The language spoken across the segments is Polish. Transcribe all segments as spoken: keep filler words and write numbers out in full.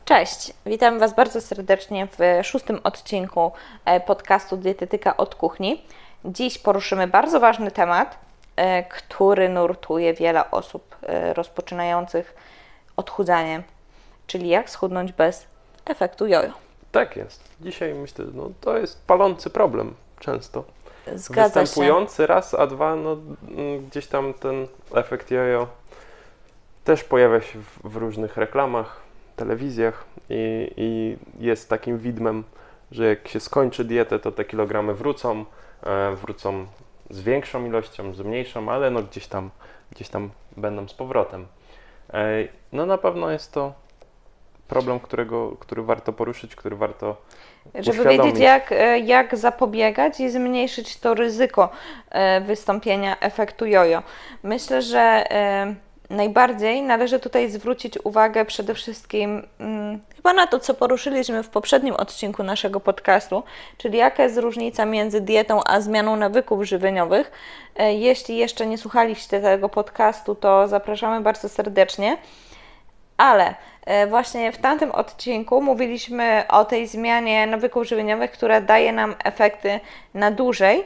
Cześć, witam Was bardzo serdecznie w szóstym odcinku podcastu Dietetyka od kuchni. Dziś poruszymy bardzo ważny temat, który nurtuje wiele osób rozpoczynających odchudzanie, czyli jak schudnąć bez efektu jojo. Tak jest. Dzisiaj myślę, no to jest palący problem często. Zgadza Występujący się. raz, a dwa, no gdzieś tam ten efekt jojo też pojawia się w, w różnych reklamach, telewizjach i, i jest takim widmem, że jak się skończy dietę, to te kilogramy wrócą, e, wrócą z większą ilością, z mniejszą, ale no gdzieś tam, gdzieś tam będą z powrotem. E, no na pewno jest to problem, którego, który warto poruszyć, który warto Żeby uświadomić. wiedzieć, jak, jak zapobiegać i zmniejszyć to ryzyko wystąpienia efektu jojo. Myślę, że najbardziej należy tutaj zwrócić uwagę przede wszystkim hmm, chyba na to, co poruszyliśmy w poprzednim odcinku naszego podcastu, czyli jaka jest różnica między dietą a zmianą nawyków żywieniowych. Jeśli jeszcze nie słuchaliście tego podcastu, to zapraszamy bardzo serdecznie. Ale właśnie w tamtym odcinku mówiliśmy o tej zmianie nawyków żywieniowych, która daje nam efekty na dłużej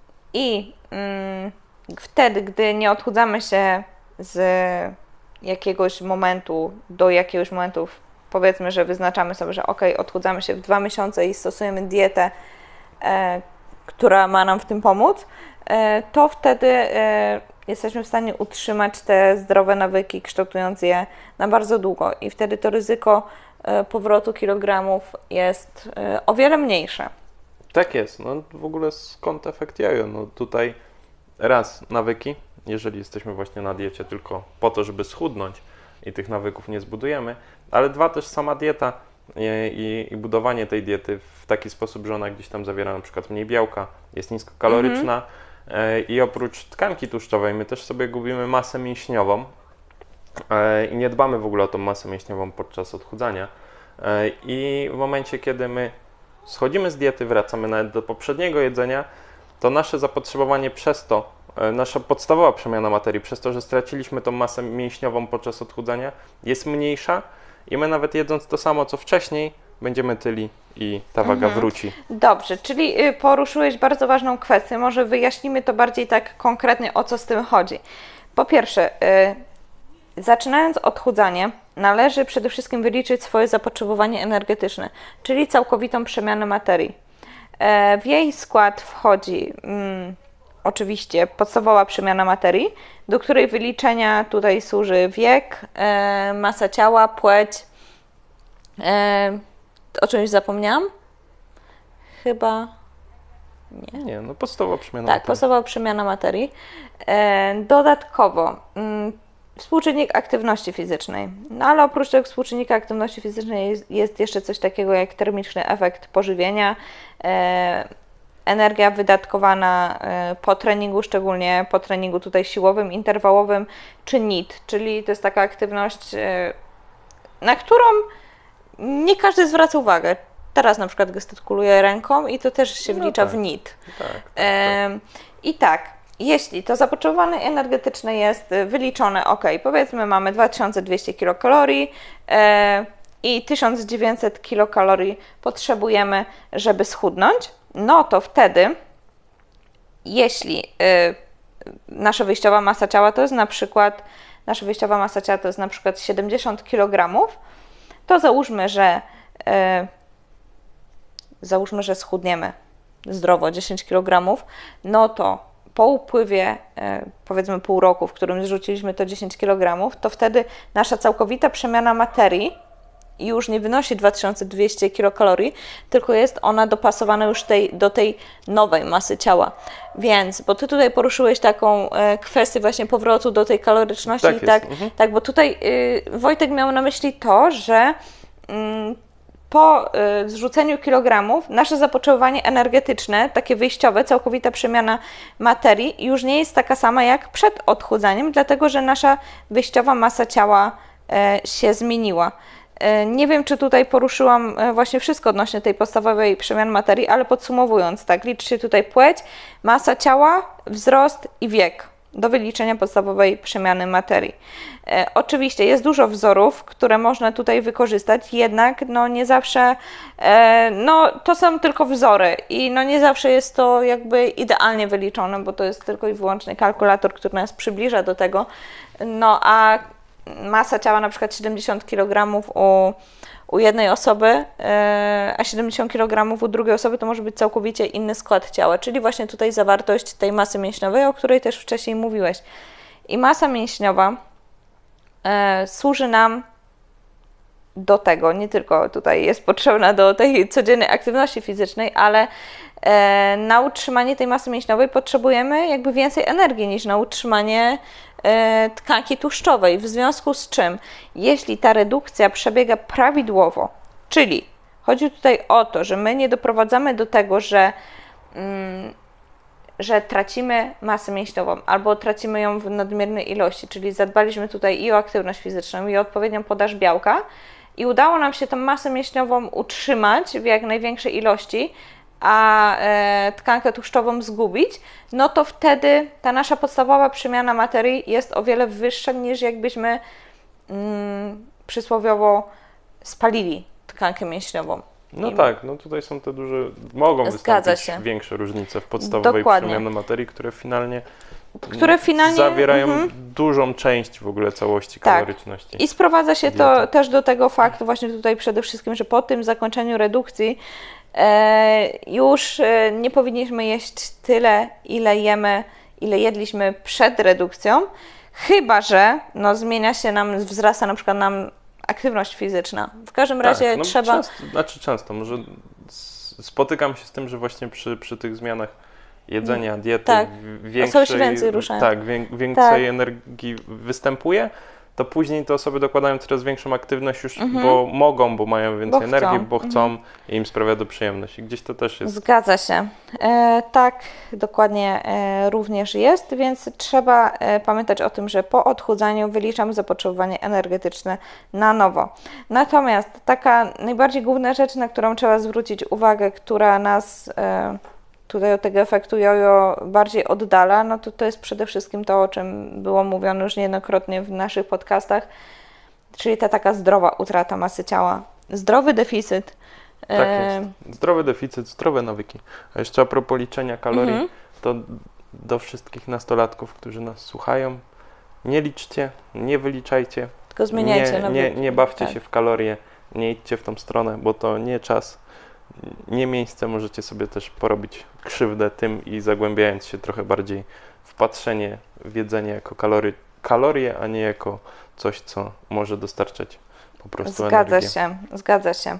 i mm, wtedy, gdy nie odchudzamy się z jakiegoś momentu do jakiegoś momentu, powiedzmy, że wyznaczamy sobie, że ok, odchudzamy się w dwa miesiące i stosujemy dietę, e, która ma nam w tym pomóc, e, to wtedy e, jesteśmy w stanie utrzymać te zdrowe nawyki, kształtując je na bardzo długo i wtedy to ryzyko e, powrotu kilogramów jest e, o wiele mniejsze. Tak jest. No w ogóle skąd efekt jojo? No tutaj raz nawyki, jeżeli jesteśmy właśnie na diecie tylko po to, żeby schudnąć i tych nawyków nie zbudujemy, ale dwa też sama dieta i, i, i budowanie tej diety w taki sposób, że ona gdzieś tam zawiera na przykład mniej białka, jest niskokaloryczna mm-hmm. i oprócz tkanki tłuszczowej my też sobie gubimy masę mięśniową i nie dbamy w ogóle o tą masę mięśniową podczas odchudzania i w momencie, kiedy my schodzimy z diety, wracamy nawet do poprzedniego jedzenia, to nasze zapotrzebowanie przez to, nasza podstawowa przemiana materii, przez to, że straciliśmy tą masę mięśniową podczas odchudzania, jest mniejsza i my nawet jedząc to samo, co wcześniej, będziemy tyli i ta waga mhm. wróci. Dobrze, czyli poruszyłeś bardzo ważną kwestię. Może wyjaśnimy to bardziej tak konkretnie, o co z tym chodzi. Po pierwsze, yy, zaczynając odchudzanie, należy przede wszystkim wyliczyć swoje zapotrzebowanie energetyczne, czyli całkowitą przemianę materii. Yy, w jej skład wchodzi yy, oczywiście podstawowa przemiana materii, do której wyliczenia tutaj służy wiek, yy, masa ciała, płeć. Yy, o czymś zapomniałam? Chyba nie. Nie, no podstawowa przemiana Tak, materii. podstawowa przemiana materii. E, dodatkowo mm, współczynnik aktywności fizycznej. No ale oprócz tego współczynnika aktywności fizycznej jest, jest jeszcze coś takiego jak termiczny efekt pożywienia, e, energia wydatkowana e, po treningu, szczególnie po treningu tutaj siłowym, interwałowym, czy N I T, czyli to jest taka aktywność, e, na którą nie każdy zwraca uwagę. Teraz na przykład gestykuluję ręką i to też się wlicza no tak. w N I T. Tak, tak, e, I tak, jeśli to zapotrzebowanie energetyczne jest wyliczone, ok, powiedzmy mamy dwa tysiące dwieście kilokalorii e, i tysiąc dziewięćset kilokalorii potrzebujemy, żeby schudnąć, no to wtedy, jeśli e, nasza wyjściowa masa ciała to jest na przykład, nasza wyjściowa masa ciała to jest na przykład siedemdziesiąt kilogramów, to załóżmy, że e, załóżmy, że schudniemy zdrowo dziesięć kilogramów, no to po upływie e, powiedzmy pół roku, w którym zrzuciliśmy to dziesięć kilogramów, to wtedy nasza całkowita przemiana materii już nie wynosi dwa tysiące dwieście kilokalorii, tylko jest ona dopasowana już tej, do tej nowej masy ciała. Więc, bo Ty tutaj poruszyłeś taką e, kwestię właśnie powrotu do tej kaloryczności. Tak i tak, mhm. tak, bo tutaj y, Wojtek miał na myśli to, że y, po y, zrzuceniu kilogramów nasze zapotrzebowanie energetyczne, takie wyjściowe, całkowita przemiana materii już nie jest taka sama jak przed odchudzaniem, dlatego że nasza wyjściowa masa ciała y, się zmieniła. Nie wiem, czy tutaj poruszyłam właśnie wszystko odnośnie tej podstawowej przemiany materii, ale podsumowując, tak, liczy się tutaj płeć, masa ciała, wzrost i wiek. do wyliczenia podstawowej przemiany materii. E, oczywiście jest dużo wzorów, które można tutaj wykorzystać, jednak no nie zawsze, e, no to są tylko wzory i no nie zawsze jest to jakby idealnie wyliczone, bo to jest tylko i wyłącznie kalkulator, który nas przybliża do tego, no a masa ciała na przykład siedemdziesiąt kilogramów u, u jednej osoby, e, a siedemdziesiąt kilogramów u drugiej osoby to może być całkowicie inny skład ciała, czyli właśnie tutaj zawartość tej masy mięśniowej, o której też wcześniej mówiłeś. I masa mięśniowa e, służy nam do tego, nie tylko tutaj jest potrzebna do tej codziennej aktywności fizycznej, ale e, na utrzymanie tej masy mięśniowej potrzebujemy jakby więcej energii niż na utrzymanie e, tkanki tłuszczowej. W związku z czym, jeśli ta redukcja przebiega prawidłowo, czyli chodzi tutaj o to, że my nie doprowadzamy do tego, że mm, że tracimy masę mięśniową albo tracimy ją w nadmiernej ilości, czyli zadbaliśmy tutaj i o aktywność fizyczną, i o odpowiednią podaż białka i udało nam się tą masę mięśniową utrzymać w jak największej ilości, a e, tkankę tłuszczową zgubić, no to wtedy ta nasza podstawowa przemiana materii jest o wiele wyższa niż jakbyśmy mm, przysłowiowo spalili tkankę mięśniową. No I tak, no tutaj są te duże, mogą Zgadza wystąpić się. większe różnice w podstawowej Dokładnie. przemiany materii, które finalnie, które finalnie zawierają mhm. dużą część w ogóle całości Tak. kaloryczności. I sprowadza się to diety. też do tego faktu właśnie tutaj przede wszystkim, że po tym zakończeniu redukcji e, już e, nie powinniśmy jeść tyle, ile jemy, ile jedliśmy przed redukcją, chyba że no, zmienia się nam, wzrasta na przykład nam aktywność fizyczna. W każdym razie tak, no trzeba... Często, znaczy często, może s- spotykam się z tym, że właśnie przy, przy tych zmianach jedzenia, diety, Tak. w- Osoby większej, się więcej ruszają. tak, wię, więcej Tak. energii występuje, to później te osoby dokładają coraz większą aktywność już, Mhm. bo mogą, bo mają więcej Bo energii, chcą. bo chcą i im sprawia to przyjemność. I gdzieś to też jest. Zgadza się. E, tak, dokładnie e, również jest, więc trzeba e, pamiętać o tym, że po odchudzaniu wyliczamy zapotrzebowanie energetyczne na nowo. Natomiast taka najbardziej główna rzecz, na którą trzeba zwrócić uwagę, która nas e, tutaj od tego efektu jojo bardziej oddala, no to to jest przede wszystkim to, o czym było mówione już niejednokrotnie w naszych podcastach, czyli ta taka zdrowa utrata masy ciała. Zdrowy deficyt. Tak jest. Zdrowy deficyt, zdrowe nawyki. A jeszcze a propos liczenia kalorii, Mhm. to do wszystkich nastolatków, którzy nas słuchają, nie liczcie, nie wyliczajcie, Tylko zmieniajcie nie, nawyki. nie, nie bawcie Tak. się w kalorie, nie idźcie w tą stronę, bo to nie czas, nie miejsce, możecie sobie też porobić krzywdę tym i zagłębiając się trochę bardziej w patrzenie w jedzenie jako kalory, kalorie, a nie jako coś, co może dostarczać po prostu Zgadza energię. się, zgadza się.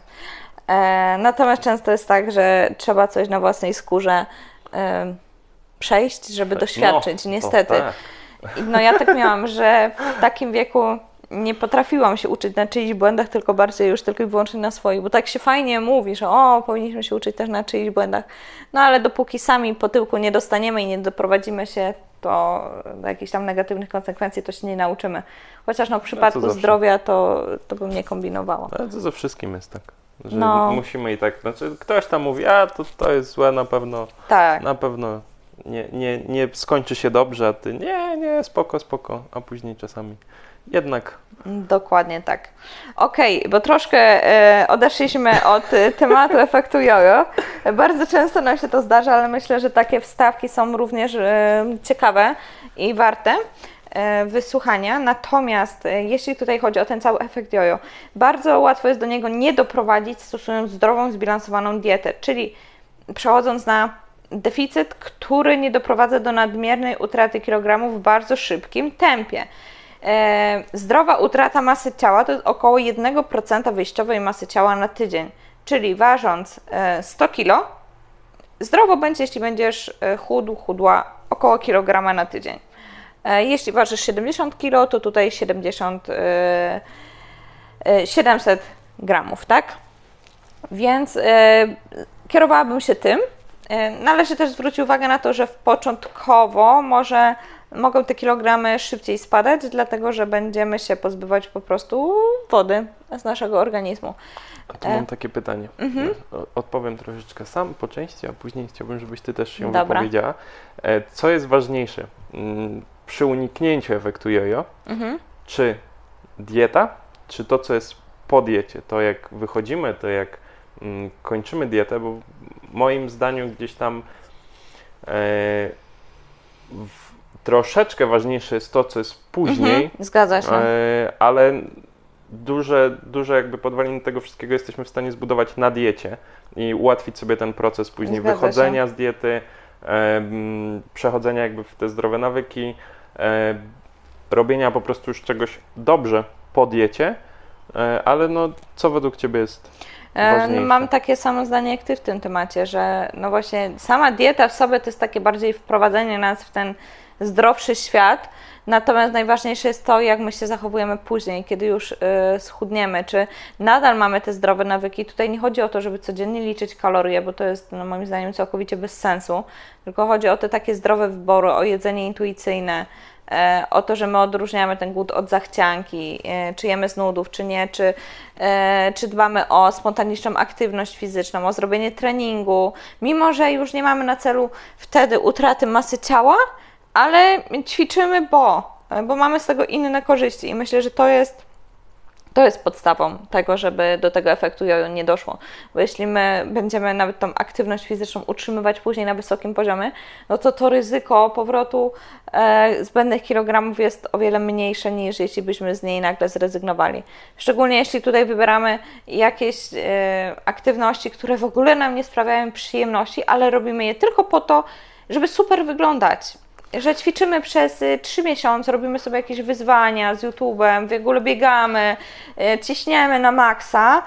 E, natomiast często jest tak, że trzeba coś na własnej skórze e, przejść, żeby doświadczyć, no, niestety. To tak. I no ja tak miałam, że w takim wieku nie potrafiłam się uczyć na czyichś błędach, tylko bardziej już tylko i wyłącznie na swoich, bo tak się fajnie mówi, że o, powinniśmy się uczyć też na czyichś błędach, no ale dopóki sami po tyłku nie dostaniemy i nie doprowadzimy się to do jakichś tam negatywnych konsekwencji, to się nie nauczymy. Chociaż no w przypadku zawsze. zdrowia to, to bym nie kombinowała. Ale to ze wszystkim jest tak, że No. musimy i tak, znaczy ktoś tam mówi, a to, to jest złe, na pewno, Tak. na pewno nie, nie, nie skończy się dobrze, a ty nie, nie, spoko, spoko, a później czasami jednak. Dokładnie tak. Okej, bo troszkę e, odeszliśmy od e, tematu efektu jojo. Bardzo często nam się to zdarza, ale myślę, że takie wstawki są również e, ciekawe i warte e, wysłuchania. Natomiast e, jeśli tutaj chodzi o ten cały efekt jojo, bardzo łatwo jest do niego nie doprowadzić, stosując zdrową, zbilansowaną dietę, czyli przechodząc na deficyt, który nie doprowadza do nadmiernej utraty kilogramów w bardzo szybkim tempie. E, zdrowa utrata masy ciała to jest około jeden procent wyjściowej masy ciała na tydzień, czyli ważąc e, sto kilo, zdrowo będzie, jeśli będziesz e, chudł, chudła około kilograma na tydzień. E, jeśli ważysz siedemdziesiąt kilo, to tutaj siedemdziesiąt, e, e, siedemset gramów, tak? Więc e, kierowałabym się tym. E, należy też zwrócić uwagę na to, że początkowo może mogą te kilogramy szybciej spadać, dlatego że będziemy się pozbywać po prostu wody z naszego organizmu. A tu mam takie pytanie. Mhm. O- Odpowiem troszeczkę sam po części, a później chciałbym, żebyś ty też się Dobra. wypowiedziała. E, Co jest ważniejsze mm, przy uniknięciu efektu jojo, Mhm. czy dieta, czy to, co jest po diecie, to jak wychodzimy, to jak mm, kończymy dietę, bo moim zdaniem gdzieś tam e, w, troszeczkę ważniejsze jest to, co jest później, Mhm. Zgadza się. e, ale duże, duże jakby podwaliny tego wszystkiego jesteśmy w stanie zbudować na diecie i ułatwić sobie ten proces później Zgadza wychodzenia z diety, e, m, przechodzenia jakby w te zdrowe nawyki, e, robienia po prostu już czegoś dobrze po diecie, e, ale no co według Ciebie jest E, ważniejsze? no, mam takie samo zdanie jak Ty w tym temacie, że no właśnie sama dieta w sobie to jest takie bardziej wprowadzenie nas w ten zdrowszy świat, natomiast najważniejsze jest to, jak my się zachowujemy później, kiedy już y, schudniemy, czy nadal mamy te zdrowe nawyki. Tutaj nie chodzi o to, żeby codziennie liczyć kalorie, bo to jest no, moim zdaniem całkowicie bez sensu, tylko chodzi o te takie zdrowe wybory, o jedzenie intuicyjne, e, o to, że my odróżniamy ten głód od zachcianki, e, czy jemy z nudów, czy nie, czy, e, czy dbamy o spontaniczną aktywność fizyczną, o zrobienie treningu, mimo że już nie mamy na celu wtedy utraty masy ciała, ale ćwiczymy, bo, bo mamy z tego inne korzyści i myślę, że to jest, to jest podstawą tego, żeby do tego efektu jojo nie doszło. Bo jeśli my będziemy nawet tą aktywność fizyczną utrzymywać później na wysokim poziomie, no to to ryzyko powrotu e, zbędnych kilogramów jest o wiele mniejsze niż jeśli byśmy z niej nagle zrezygnowali. Szczególnie jeśli tutaj wybieramy jakieś e, aktywności, które w ogóle nam nie sprawiają przyjemności, ale robimy je tylko po to, żeby super wyglądać. Że ćwiczymy przez trzy miesiące, robimy sobie jakieś wyzwania z YouTube'em, w ogóle biegamy, ciśniemy na maksa,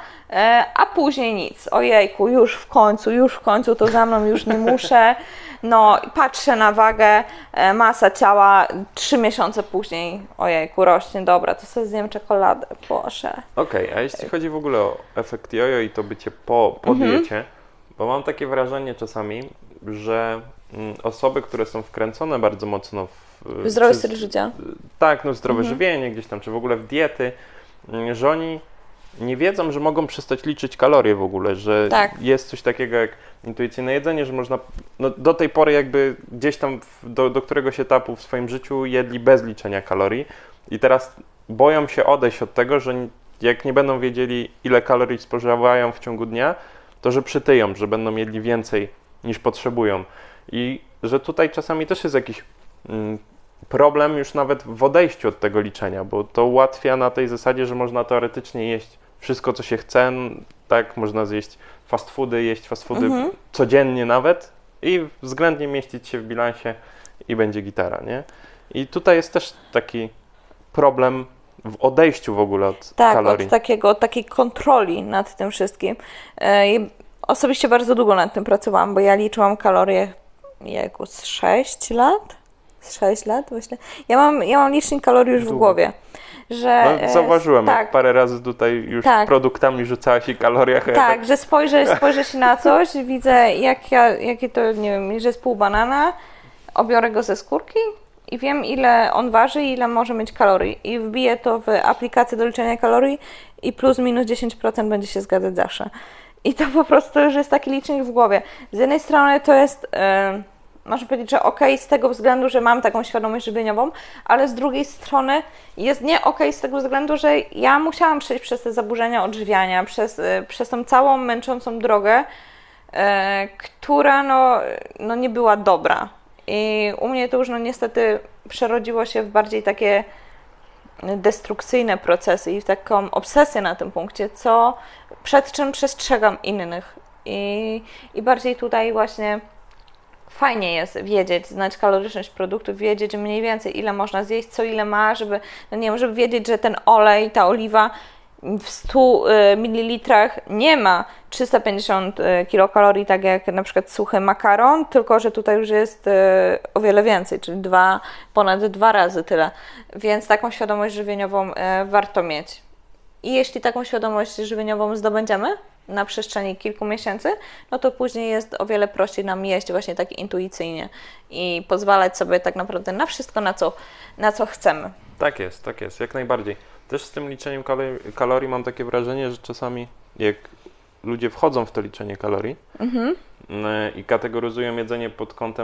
a później nic. Ojejku, już w końcu, już w końcu to za mną już nie muszę. No, patrzę na wagę, masa ciała, trzy miesiące później, ojejku, rośnie, dobra, to sobie zjem czekoladę, proszę. Okej, okay, a jeśli chodzi w ogóle o efekt jojo i to bycie po, po Mhm. diecie, bo mam takie wrażenie czasami, że mm, osoby, które są wkręcone bardzo mocno w... Zdrowy czy- styl życia. Tak, no zdrowe Mhm. żywienie gdzieś tam, czy w ogóle w diety, mm, że oni nie wiedzą, że mogą przestać liczyć kalorie w ogóle, że Tak. jest coś takiego jak intuicyjne jedzenie, że można, no do tej pory jakby gdzieś tam w, do, do któregoś etapu w swoim życiu jedli bez liczenia kalorii i teraz boją się odejść od tego, że ni- jak nie będą wiedzieli, ile kalorii spożywają w ciągu dnia, to że przytyją, że będą jedli więcej niż potrzebują i że tutaj czasami też jest jakiś mm, problem już nawet w odejściu od tego liczenia, bo to ułatwia na tej zasadzie, że można teoretycznie jeść wszystko, co się chce, tak, można zjeść fast foody, jeść fast foody Mhm. codziennie nawet i względnie mieścić się w bilansie i będzie gitara, nie? I tutaj jest też taki problem w odejściu w ogóle od Tak, kalorii. od takiego, od takiej kontroli nad tym wszystkim. E, i Osobiście bardzo długo nad tym pracowałam, bo ja liczyłam kalorie jejku, z sześć lat? Z sześć lat myślę. Ja mam, ja mam licznik kalorii już w Długo. głowie. Że, No, zauważyłem, tak, jak parę razy tutaj już Tak. produktami rzucałaś i kaloriach. a ja tak, że spojrzę, spojrzę się na coś, widzę jak ja, jakie to, nie wiem, że jest pół banana, obiorę go ze skórki i wiem, ile on waży i ile może mieć kalorii. I wbiję to w aplikację do liczenia kalorii i plus minus dziesięć procent będzie się zgadzać zawsze. I to po prostu już jest taki licznik w głowie. Z jednej strony to jest, yy, można powiedzieć, że okej z tego względu, że mam taką świadomość żywieniową, ale z drugiej strony jest nie okej z tego względu, że ja musiałam przejść przez te zaburzenia odżywiania, przez, yy, przez tą całą męczącą drogę, yy, która no, no nie była dobra. I u mnie to już no niestety przerodziło się w bardziej takie destrukcyjne procesy i w taką obsesję na tym punkcie, co przed czym przestrzegam innych. I, i bardziej tutaj właśnie fajnie jest wiedzieć, znać kaloryczność produktów, wiedzieć mniej więcej ile można zjeść, co ile ma, żeby, no nie wiem, żeby wiedzieć, że ten olej, ta oliwa w stu mililitrach nie ma trzysta pięćdziesiąt kilokalorii, tak jak na przykład suchy makaron, tylko że tutaj już jest o wiele więcej, czyli dwa, ponad dwa razy tyle. Więc taką świadomość żywieniową warto mieć. I jeśli taką świadomość żywieniową zdobędziemy na przestrzeni kilku miesięcy, no to później jest o wiele prościej nam jeść właśnie tak intuicyjnie i pozwalać sobie tak naprawdę na wszystko, na co, na co chcemy. Tak jest, tak jest, jak najbardziej. Też z tym liczeniem kalorii, kalorii mam takie wrażenie, że czasami jak ludzie wchodzą w to liczenie kalorii Mhm. y, i kategoryzują jedzenie pod kątem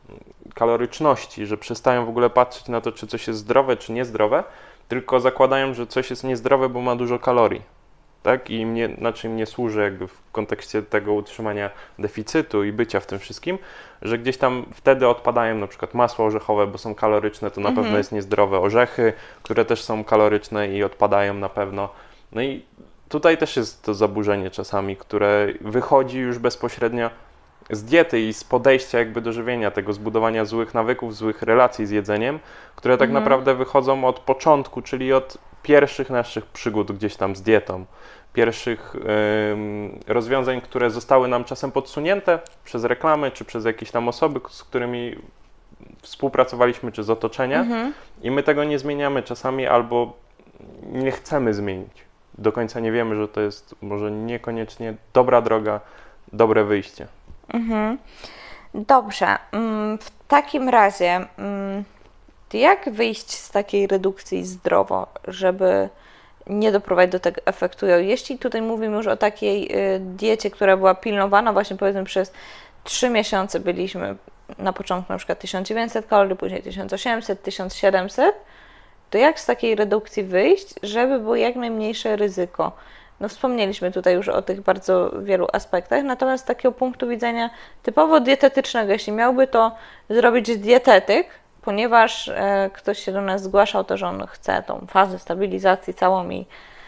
kaloryczności, że przestają w ogóle patrzeć na to, czy coś jest zdrowe, czy niezdrowe, tylko zakładają, że coś jest niezdrowe, bo ma dużo kalorii. Tak? I im nie, na czym nie służy jakby w kontekście tego utrzymania deficytu i bycia w tym wszystkim, że gdzieś tam wtedy odpadają na przykład masła orzechowe, bo są kaloryczne, to na Mhm. pewno jest niezdrowe, orzechy, które też są kaloryczne i odpadają na pewno. No i tutaj też jest to zaburzenie czasami, które wychodzi już bezpośrednio z diety i z podejścia jakby do żywienia, tego zbudowania złych nawyków, złych relacji z jedzeniem, które tak Mhm. naprawdę wychodzą od początku, czyli od pierwszych naszych przygód gdzieś tam z dietą, pierwszych ym, rozwiązań, które zostały nam czasem podsunięte przez reklamy, czy przez jakieś tam osoby, z którymi współpracowaliśmy, czy z otoczenia Mhm. i my tego nie zmieniamy czasami albo nie chcemy zmienić. Do końca nie wiemy, że to jest może niekoniecznie dobra droga, dobre wyjście. Mhm. Dobrze. Mm, W takim razie, mm, jak wyjść z takiej redukcji zdrowo, żeby nie doprowadzić do tego efektu jojo? Jeśli tutaj mówimy już o takiej y, diecie, która była pilnowana, właśnie powiedzmy przez trzy miesiące byliśmy na początku na przykład tysiąc dziewięćset kalorii, później tysiąc osiemset, tysiąc siedemset, to jak z takiej redukcji wyjść, żeby było jak najmniejsze ryzyko? No wspomnieliśmy tutaj już o tych bardzo wielu aspektach, natomiast z takiego punktu widzenia typowo dietetycznego, jeśli miałby to zrobić dietetyk, ponieważ e, ktoś się do nas zgłaszał, to że on chce tą fazę stabilizacji całą i...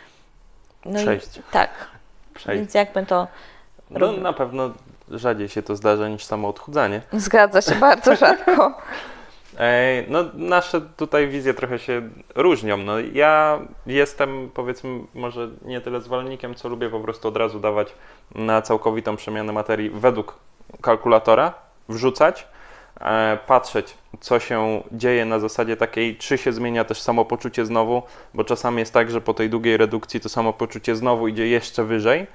No Przejść. I, tak, Przejść. więc jakby to... No robił. na pewno rzadziej się to zdarza niż samo odchudzanie. Zgadza się, bardzo rzadko. E, No nasze tutaj wizje trochę się różnią. No ja jestem powiedzmy może nie tyle zwolennikiem, co lubię po prostu od razu dawać na całkowitą przemianę materii według kalkulatora, wrzucać, e, patrzeć co się dzieje na zasadzie takiej, czy się zmienia też samopoczucie znowu, bo czasami jest tak, że po tej długiej redukcji to samopoczucie znowu idzie jeszcze wyżej,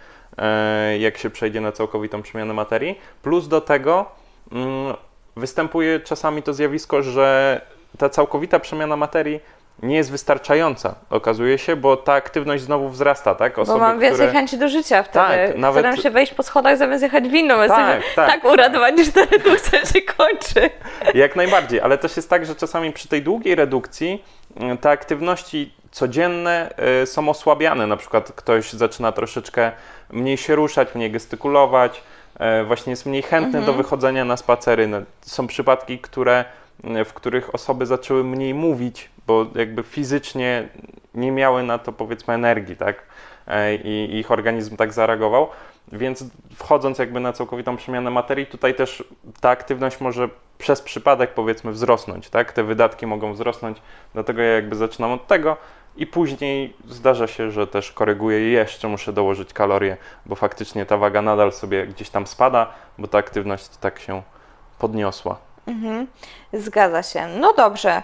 e, jak się przejdzie na całkowitą przemianę materii, plus do tego mm, występuje czasami to zjawisko, że ta całkowita przemiana materii nie jest wystarczająca, okazuje się, bo ta aktywność znowu wzrasta, tak? Bo Osoby, mam więcej które... chęci do życia wtedy. Tak, nawet- Staram się wejść po schodach zamiast jechać winną. Tak, Jesteśmy tak, tak uradowani, że ta redukcja się kończy. Jak najbardziej, ale też jest tak, że czasami przy tej długiej redukcji y, te aktywności codzienne y, są osłabiane. Na przykład ktoś zaczyna troszeczkę mniej się ruszać, mniej gestykulować, y, właśnie jest mniej chętny Mhm. do wychodzenia na spacery. No, są przypadki, które, y, w których osoby zaczęły mniej mówić, bo jakby fizycznie nie miały na to powiedzmy energii, tak? Y, I ich organizm tak zareagował. Więc wchodząc jakby na całkowitą przemianę materii, tutaj też ta aktywność może przez przypadek powiedzmy wzrosnąć, tak? Te wydatki mogą wzrosnąć, dlatego ja jakby zaczynam od tego i później zdarza się, że też koryguję i jeszcze muszę dołożyć kalorie, bo faktycznie ta waga nadal sobie gdzieś tam spada, bo ta aktywność tak się podniosła. Mhm. Zgadza się. No dobrze.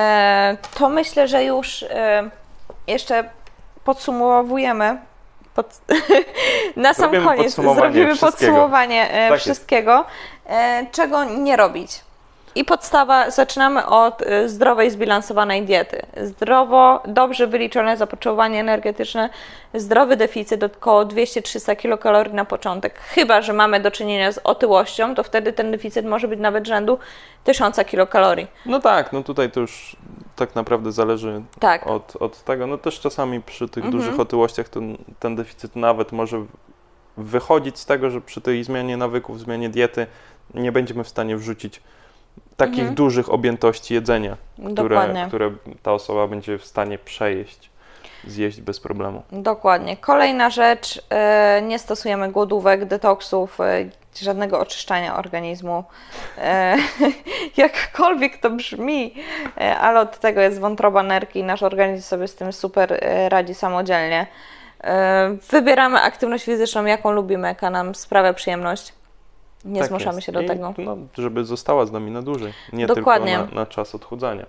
E, to myślę, że już e, jeszcze podsumowujemy. Pod... Na sam Robimy koniec podsumowanie zrobimy wszystkiego. podsumowanie e, Tak jest. wszystkiego, e, czego nie robić. I podstawa, zaczynamy od e, zdrowej, zbilansowanej diety. Zdrowo, dobrze wyliczone zapotrzebowanie energetyczne, zdrowy deficyt około dwieście do trzystu kilokalorii na początek. Chyba że mamy do czynienia z otyłością, to wtedy ten deficyt może być nawet rzędu tysiąc kilokalorii. No tak, no tutaj to już tak naprawdę zależy Tak. od, od tego. No też czasami przy tych Mhm. dużych otyłościach ten, ten deficyt nawet może wychodzić z tego, że przy tej zmianie nawyków, zmianie diety nie będziemy w stanie wrzucić takich Mhm. dużych objętości jedzenia, które, Dokładnie. które ta osoba będzie w stanie przejeść, zjeść bez problemu. Dokładnie. Kolejna rzecz, e, nie stosujemy głodówek, detoksów, e, żadnego oczyszczania organizmu. E, jakkolwiek to brzmi, e, ale od tego jest wątroba nerki i nasz organizm sobie z tym super e, radzi samodzielnie. E, wybieramy aktywność fizyczną, jaką lubimy, jaka nam sprawia przyjemność. Nie Tak zmuszamy jest. się do I, tego. No, żeby została z nami na dłużej, nie Dokładnie. tylko na, na czas odchudzania.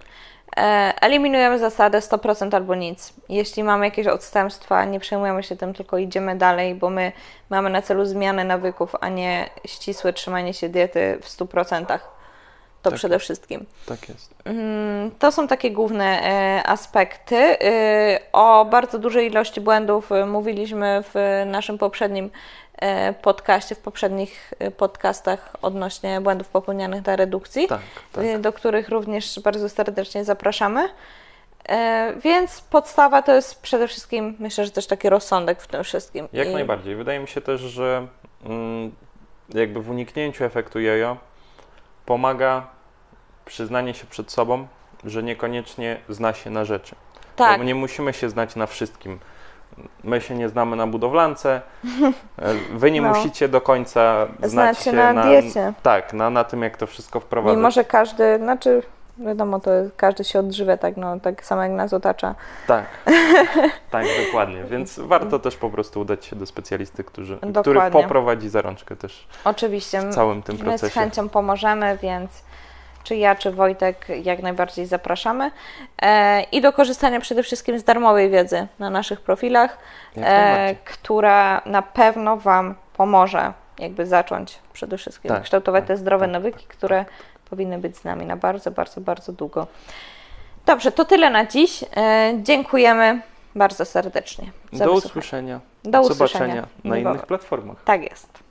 E, Eliminujemy zasadę sto procent albo nic. Jeśli mamy jakieś odstępstwa, nie przejmujemy się tym, tylko idziemy dalej, bo my mamy na celu zmianę nawyków, a nie ścisłe trzymanie się diety w stu procentach. To Tak przede jest. wszystkim. Tak jest. Mm, To są takie główne e, aspekty. E, O bardzo dużej ilości błędów e, mówiliśmy w naszym poprzednim e, podcaście, w poprzednich e, podcastach odnośnie błędów popełnianych na redukcji, Tak, tak. e, do których również bardzo serdecznie zapraszamy. E, Więc podstawa to jest przede wszystkim, myślę, że też taki rozsądek w tym wszystkim. Jak I- najbardziej. Wydaje mi się też, że mm, jakby w uniknięciu efektu jojo pomaga przyznanie się przed sobą, że niekoniecznie zna się na rzeczy. Tak, Bo nie musimy się znać na wszystkim. My się nie znamy na budowlance, e, wy nie No. musicie do końca znać Znać się się na diecie. Tak, na, na tym, jak to wszystko wprowadzać. mimo że każdy, znaczy wiadomo, to każdy się odżywia tak, no, tak samo jak nas otacza. Tak, tak, dokładnie. Więc warto też po prostu udać się do specjalisty, który, który Dokładnie. poprowadzi za rączkę też Oczywiście. w całym tym My z procesie. chęcią pomożemy, więc czy ja, czy Wojtek jak najbardziej zapraszamy. E, I do korzystania przede wszystkim z darmowej wiedzy na naszych profilach, Jak e, najbardziej. która na pewno Wam pomoże jakby zacząć przede wszystkim Tak, kształtować tak, te zdrowe tak, nawyki, tak, które powinny być z nami na bardzo, bardzo, bardzo długo. Dobrze, to tyle na dziś. E, dziękujemy bardzo serdecznie za Do wysłuchanie. usłyszenia. Do Do usłyszenia zobaczenia na niebawem. innych platformach. Tak jest.